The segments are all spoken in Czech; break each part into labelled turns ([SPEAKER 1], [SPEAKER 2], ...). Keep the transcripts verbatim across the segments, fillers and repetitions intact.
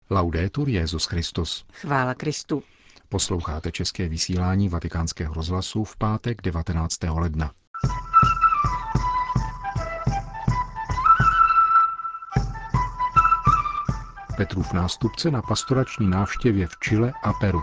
[SPEAKER 1] Laudetur Jesus Christus.
[SPEAKER 2] Chvála Kristu.
[SPEAKER 1] Posloucháte české vysílání Vatikánského rozhlasu v pátek devatenáctého ledna. Petrův nástupce na pastorační návštěvě v Chile a Peru.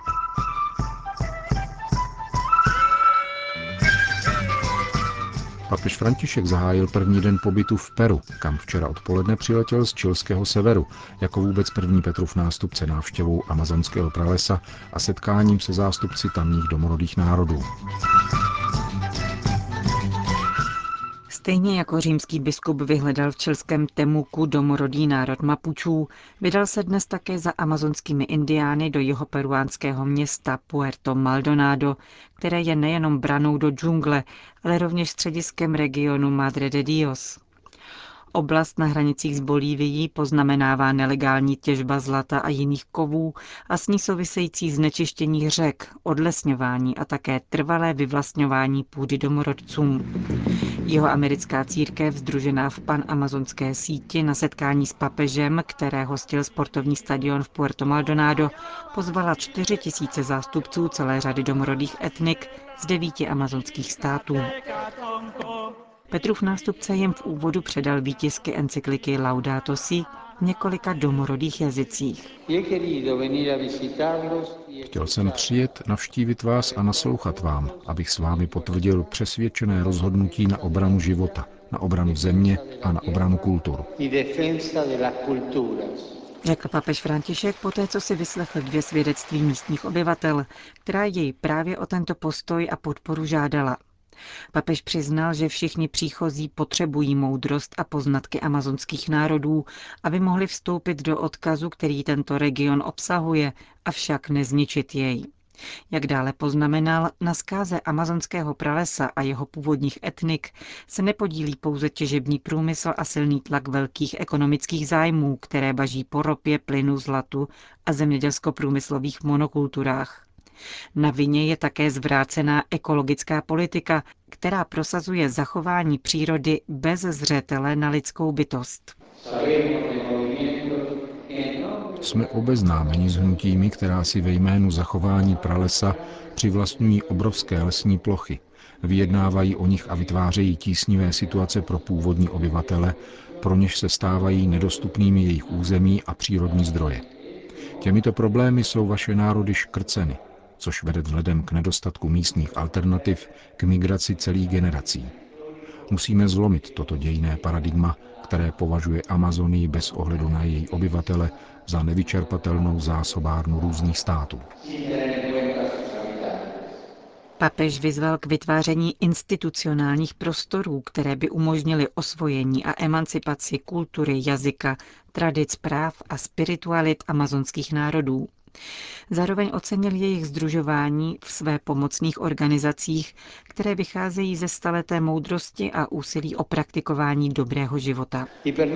[SPEAKER 1] Papež František zahájil první den pobytu v Peru, kam včera odpoledne přiletěl z chilského severu, jako vůbec první Petrův nástupce návštěvou amazonského pralesa a setkáním se zástupci tamních domorodých národů.
[SPEAKER 2] Stejně jako římský biskup vyhledal v chilském Temuku domorodý národ Mapučů, vydal se dnes také za amazonskými indiány do jeho peruánského města Puerto Maldonado, které je nejenom branou do džungle, ale rovněž střediskem regionu Madre de Dios. Oblast na hranicích s Bolívií poznamenává nelegální těžba zlata a jiných kovů a s ní související znečištění řek, odlesňování a také trvalé vyvlastňování půdy domorodcům. Jeho americká církev, sdružená v panamazonské síti na setkání s papežem, které hostil sportovní stadion v Puerto Maldonado, pozvala čtyři tisíce zástupců celé řady domorodých etnik z devíti amazonských států. Petrův nástupce jim v úvodu předal výtisky encykliky Laudato Si v několika domorodých jazycích.
[SPEAKER 1] Chtěl jsem přijet, navštívit vás a naslouchat vám, abych s vámi potvrdil přesvědčené rozhodnutí na obranu života, na obranu země a na obranu kultur.
[SPEAKER 2] Řekl papež František poté, co si vyslechl dvě svědectví místních obyvatel, která jej právě o tento postoj a podporu žádala. Papež přiznal, že všichni příchozí potřebují moudrost a poznatky amazonských národů, aby mohli vstoupit do odkazu, který tento region obsahuje, avšak nezničit jej. Jak dále poznamenal, na zkáze amazonského pralesa a jeho původních etnik se nepodílí pouze těžební průmysl a silný tlak velkých ekonomických zájmů, které baží po ropě, plynu, zlatu a zemědělsko-průmyslových monokulturách. Na vině je také zvrácená ekologická politika, která prosazuje zachování přírody bez zřetele na lidskou bytost.
[SPEAKER 1] Jsme obeznámeni s hnutími, která si ve jménu zachování pralesa přivlastňují obrovské lesní plochy, vyjednávají o nich a vytvářejí tísnivé situace pro původní obyvatele, pro něž se stávají nedostupnými jejich území a přírodní zdroje. Těmito problémy jsou vaše národy škrceny, což vede vzhledem k nedostatku místních alternativ k migraci celých generací. Musíme zlomit toto dějinné paradigma, které považuje Amazonii bez ohledu na její obyvatele za nevyčerpatelnou zásobárnu různých států.
[SPEAKER 2] Papež vyzval k vytváření institucionálních prostorů, které by umožnily osvojení a emancipaci kultury, jazyka, tradic, práv a spiritualit amazonských národů. Zároveň ocenil jejich sdružování v své pomocných organizacích, které vycházejí ze staleté moudrosti a úsilí o praktikování dobrého života.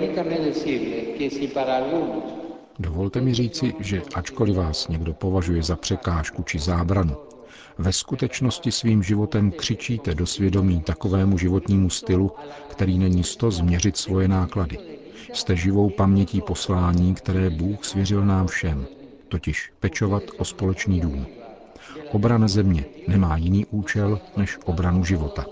[SPEAKER 1] Dovolte mi říci, že ačkoliv vás někdo považuje za překážku či zábranu, ve skutečnosti svým životem křičíte do svědomí takovému životnímu stylu, který není sto změřit svoje náklady. Jste živou pamětí poslání, které Bůh svěřil nám všem, totiž pečovat o společný dům. Obrana země nemá jiný účel než obranu života.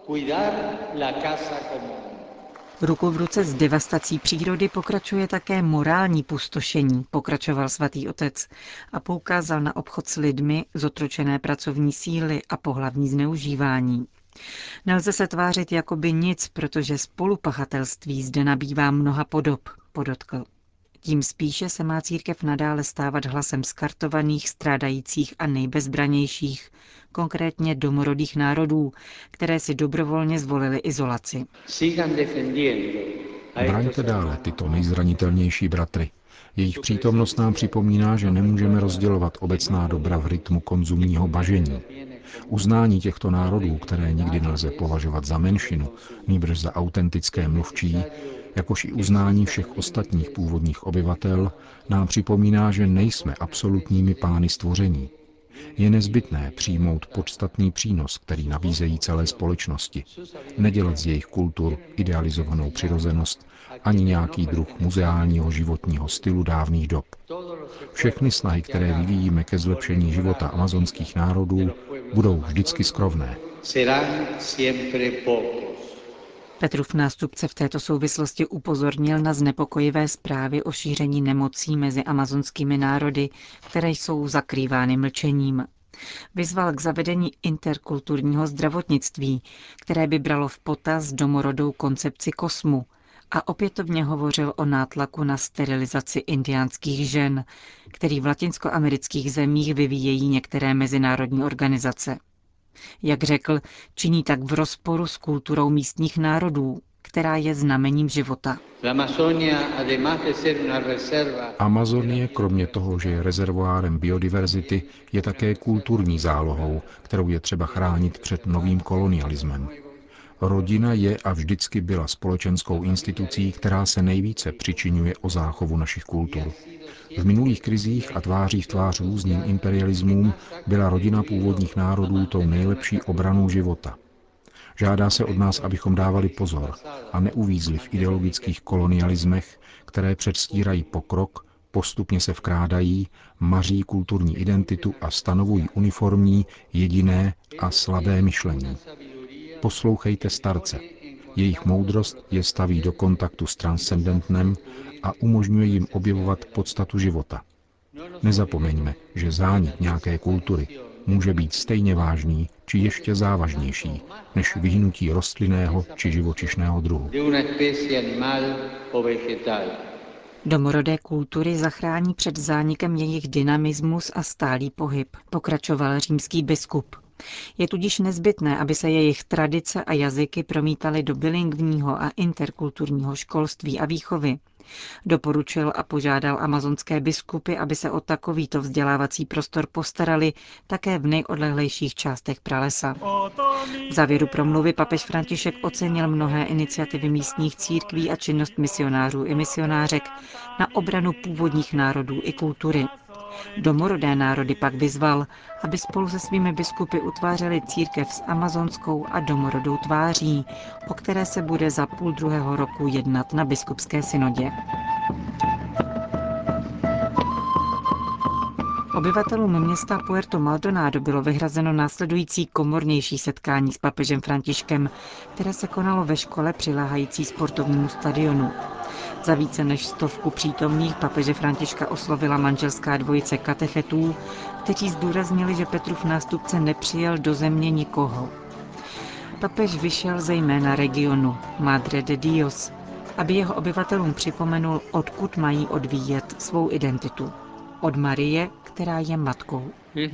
[SPEAKER 2] Ruku v ruce s devastací přírody pokračuje také morální pustošení, pokračoval svatý otec a poukázal na obchod s lidmi, zotročené pracovní síly a pohlavní zneužívání. Nelze se tvářit jakoby nic, protože spolupachatelství zde nabývá mnoha podob, podotkl. Tím spíše se má církev nadále stávat hlasem skartovaných, strádajících a nejbezbranějších, konkrétně domorodých národů, které si dobrovolně zvolili izolaci.
[SPEAKER 1] Braňte dále tyto nejzranitelnější bratry. Jejich přítomnost nám připomíná, že nemůžeme rozdělovat obecná dobra v rytmu konzumního bažení. Uznání těchto národů, které nikdy nelze považovat za menšinu, nýbrž za autentické mluvčí, jakož i uznání všech ostatních původních obyvatel, nám připomíná, že nejsme absolutními pány stvoření. Je nezbytné přijmout podstatný přínos, který nabízejí celé společnosti. Nedělat z jejich kultur idealizovanou přirozenost ani nějaký druh muzeálního životního stylu dávných dob. Všechny snahy, které vyvíjíme ke zlepšení života amazonských národů, budou vždycky skromné.
[SPEAKER 2] Petrův nástupce v této souvislosti upozornil na znepokojivé zprávy o šíření nemocí mezi amazonskými národy, které jsou zakrývány mlčením. Vyzval k zavedení interkulturního zdravotnictví, které by bralo v potaz domorodou koncepci kosmu, a opětovně hovořil o nátlaku na sterilizaci indiánských žen, který v latinskoamerických zemích vyvíjejí některé mezinárodní organizace. Jak řekl, činí tak v rozporu s kulturou místních národů, která je znamením života.
[SPEAKER 1] Amazonie, kromě toho, že je rezervoárem biodiverzity, je také kulturní zálohou, kterou je třeba chránit před novým kolonialismem. Rodina je a vždycky byla společenskou institucí, která se nejvíce přičiňuje o záchovu našich kultur. V minulých krizích a tváří v tvář různým imperialismům byla rodina původních národů tou nejlepší obranou života. Žádá se od nás, abychom dávali pozor a neuvízli v ideologických kolonialismech, které předstírají pokrok, postupně se vkrádají, maří kulturní identitu a stanovují uniformní, jediné a slabé myšlení. Poslouchejte starce. Jejich moudrost je staví do kontaktu s transcendentnem a umožňuje jim objevovat podstatu života. Nezapomeňme, že zánik nějaké kultury může být stejně vážný či ještě závažnější než vyhnutí rostlinného či živočišného druhu.
[SPEAKER 2] Domorodé kultury zachrání před zánikem jejich dynamismus a stálý pohyb, pokračoval římský biskup. Je tudíž nezbytné, aby se jejich tradice a jazyky promítaly do bilingvního a interkulturního školství a výchovy. Doporučil a požádal amazonské biskupy, aby se o takovýto vzdělávací prostor postarali také v nejodlehlejších částech pralesa. V závěru promluvy papež František ocenil mnohé iniciativy místních církví a činnost misionářů i misionářek na obranu původních národů i kultury. Domorodé národy pak vyzval, aby spolu se svými biskupy utvářeli církev s amazonskou a domorodou tváří, o které se bude za půl druhého roku jednat na biskupské synodě. Obyvatelům města Puerto Maldonado bylo vyhrazeno následující komornější setkání s papežem Františkem, které se konalo ve škole přiléhající sportovnímu stadionu. Za více než stovku přítomných papeže Františka oslovila manželská dvojice katechetů, kteří zdůraznili, že Petrův nástupce nepřijel do země nikoho. Papež vyšel zejména regionu Madre de Dios, aby jeho obyvatelům připomenul, odkud mají odvíjet svou identitu. Od Marie, která je matkou.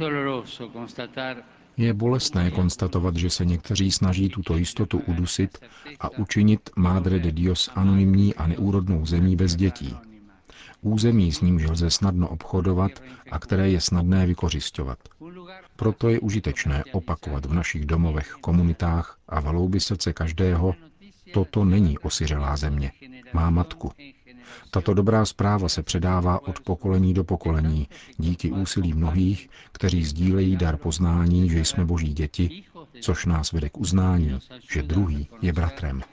[SPEAKER 1] Je bolestné konstatovat, že se někteří snaží tuto jistotu udusit a učinit Madre de Dios anonymní a neúrodnou zemí bez dětí. Území, s nímž lze snadno obchodovat a které je snadné vykořisťovat. Proto je užitečné opakovat v našich domovech, komunitách a v hloubi srdce každého, toto není osiřelá země, má matku. Tato dobrá zpráva se předává od pokolení do pokolení díky úsilí mnohých, kteří sdílejí dar poznání, že jsme Boží děti, což nás vede k uznání, že druhý je bratrem.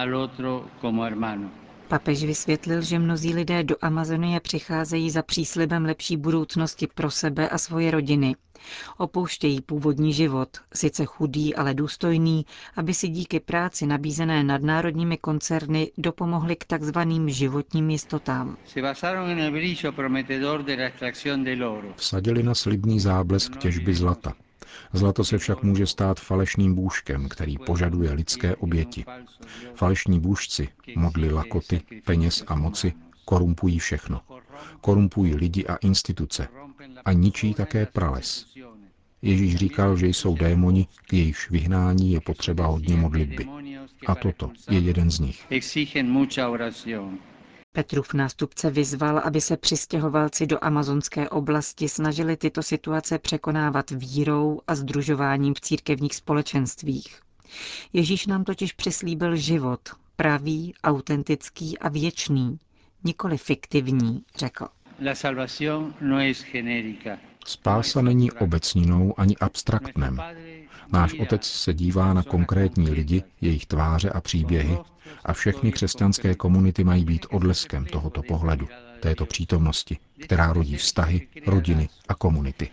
[SPEAKER 2] Papež vysvětlil, že mnozí lidé do Amazonie přicházejí za příslibem lepší budoucnosti pro sebe a svoje rodiny. Opouštějí původní život, sice chudý, ale důstojný, aby si díky práci nabízené nadnárodními koncerny dopomohli k takzvaným životním jistotám.
[SPEAKER 1] Vsadili na slibný záblesk těžby zlata. Zlato se však může stát falešným bůžkem, který požaduje lidské oběti. Falešní bůžci, modly lakoty, peněz a moci, korumpují všechno. Korumpují lidi a instituce. A ničí také prales. Ježíš říkal, že jsou démoni, k jejichž vyhnání je potřeba hodně modlitby. A toto je jeden z nich.
[SPEAKER 2] Petrův nástupce vyzval, aby se přistěhovalci do amazonské oblasti snažili tyto situace překonávat vírou a sdružováním v církevních společenstvích. Ježíš nám totiž přislíbil život, pravý, autentický a věčný, nikoli fiktivní, řekl.
[SPEAKER 1] Spása není obecninou ani abstraktnem. Náš Otec se dívá na konkrétní lidi, jejich tváře a příběhy a všechny křesťanské komunity mají být odleskem tohoto pohledu, této přítomnosti, která rodí vztahy, rodiny a komunity.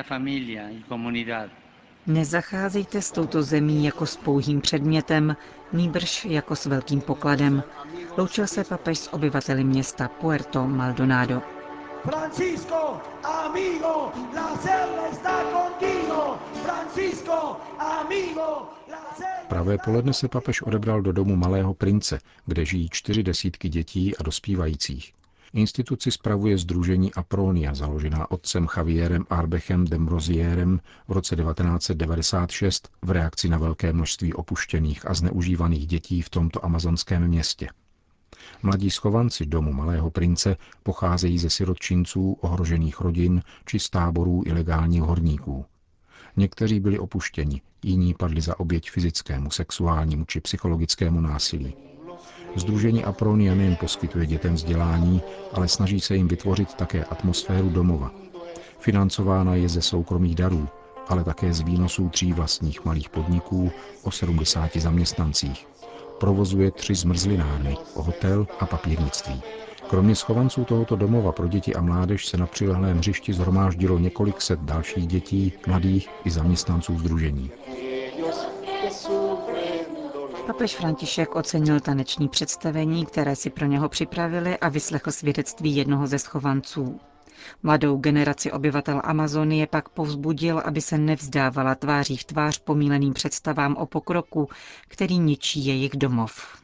[SPEAKER 2] Nezacházejte s touto zemí jako s pouhým předmětem, nýbrž jako s velkým pokladem. Loučil se papež s obyvateli města Puerto Maldonado.
[SPEAKER 3] Francisco, amigo, la celda está contigo. Francisco, amigo, la celda.
[SPEAKER 1] Pravé poledne se papež odebral do domu Malého prince, kde žijí čtyři desítky dětí a dospívajících. Instituci spravuje sdružení Apronia, založená otcem Javierem Arbechem de Mrozierem v roce devatenáct set devadesát šest v reakci na velké množství opuštěných a zneužívaných dětí v tomto amazonském městě. Mladí schovanci domu Malého prince pocházejí ze sirotčinců, ohrožených rodin či z táborů ilegálních horníků. Někteří byli opuštěni, jiní padli za oběť fyzickému, sexuálnímu či psychologickému násilí. Sdružení Apronia nejen poskytuje dětem vzdělání, ale snaží se jim vytvořit také atmosféru domova. Financována je ze soukromých darů, ale také z výnosů tří vlastních malých podniků o sedmdesáti zaměstnancích. Provozuje tři zmrzlinárny, hotel a papírnictví. Kromě schovanců tohoto domova pro děti a mládež se na přilehlém hřišti shromáždilo několik set dalších dětí, mladých i zaměstnanců sdružení.
[SPEAKER 2] Papež František ocenil taneční představení, které si pro něho připravili, a vyslechl svědectví jednoho ze schovanců. Mladou generaci obyvatel Amazonie pak povzbudil, aby se nevzdávala tváří v tvář pomíleným představám o pokroku, který ničí jejich domov.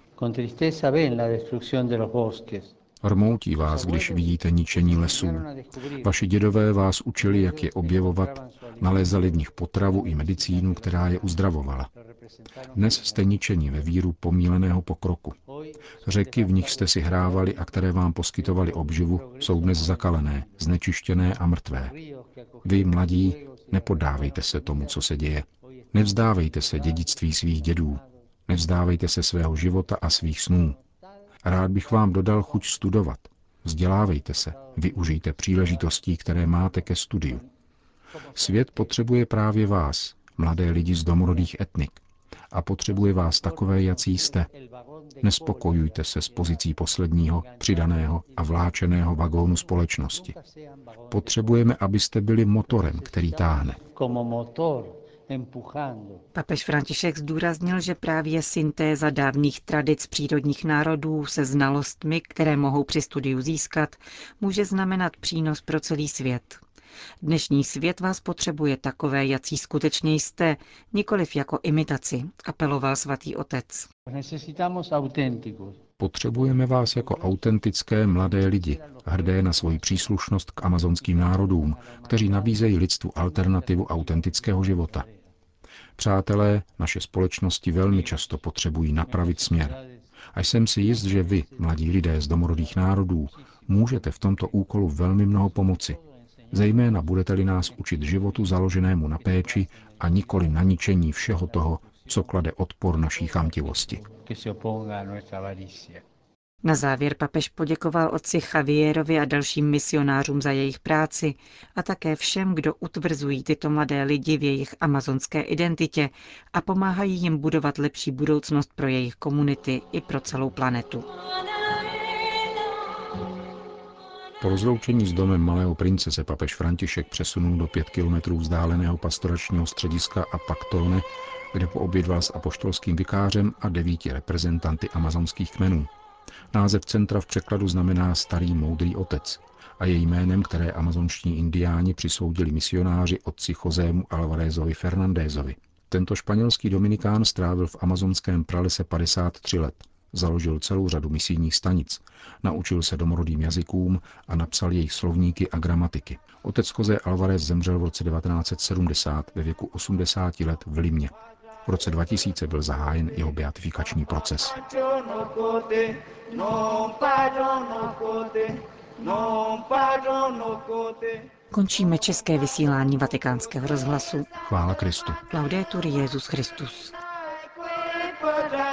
[SPEAKER 1] Rmoutí vás, když vidíte ničení lesů. Vaši dědové vás učili, jak je objevovat, nalézali v nich potravu i medicínu, která je uzdravovala. Dnes jste ničeni ve víru pomíleného pokroku. Řeky, v nich jste si hrávali a které vám poskytovaly obživu, jsou dnes zakalené, znečištěné a mrtvé. Vy, mladí, nepodávejte se tomu, co se děje. Nevzdávejte se dědictví svých dědů. Nevzdávejte se svého života a svých snů. Rád bych vám dodal chuť studovat. Vzdělávejte se, využijte příležitostí, které máte ke studiu. Svět potřebuje právě vás, mladé lidi z domorodých etnik. A potřebuje vás takové, jací jste. Nespokojujte se s pozicí posledního, přidaného a vláčeného vagónu společnosti. Potřebujeme, abyste byli motorem, který táhne.
[SPEAKER 2] Papež František zdůraznil, že právě syntéza dávných tradic přírodních národů se znalostmi, které mohou při studiu získat, může znamenat přínos pro celý svět. Dnešní svět vás potřebuje takové, jací skutečně jste, nikoliv jako imitaci, apeloval svatý otec.
[SPEAKER 1] Potřebujeme vás jako autentické mladé lidi, hrdé na svoji příslušnost k amazonským národům, kteří nabízejí lidstvu alternativu autentického života. Přátelé, naše společnosti velmi často potřebují napravit směr. A jsem si jist, že vy, mladí lidé z domorodých národů, můžete v tomto úkolu velmi mnoho pomoci. Zejména budete-li nás učit životu založenému na péči a nikoli na ničení všeho toho, co klade odpor naší chamtivosti.
[SPEAKER 2] Na závěr papež poděkoval otci Javierovi a dalším misionářům za jejich práci a také všem, kdo utvrzují tyto mladé lidi v jejich amazonské identitě a pomáhají jim budovat lepší budoucnost pro jejich komunity i pro celou planetu.
[SPEAKER 1] Po rozloučení s domem Malého prince se papež František přesunul do pět kilometrů vzdáleného pastoračního střediska Apactone, kde poobědval s apoštolským vikářem a devíti reprezentanty amazonských kmenů. Název centra v překladu znamená Starý moudrý otec a je jménem, které amazonští indiáni přisoudili misionáři otci Josému Alvarezovi Fernandézovi. Tento španělský dominikán strávil v amazonském pralese padesát tři let. Založil celou řadu misijních stanic, naučil se domorodým jazykům a napsal jejich slovníky a gramatiky. Otec José Alvarez zemřel v roce devatenáct set sedmdesát ve věku osmdesáti let v Limě. V roce dva tisíce byl zahájen jeho beatifikační proces.
[SPEAKER 2] Končíme české vysílání Vatikánského rozhlasu.
[SPEAKER 1] Chvála Kristu.
[SPEAKER 2] Laudetur Jesus Christus.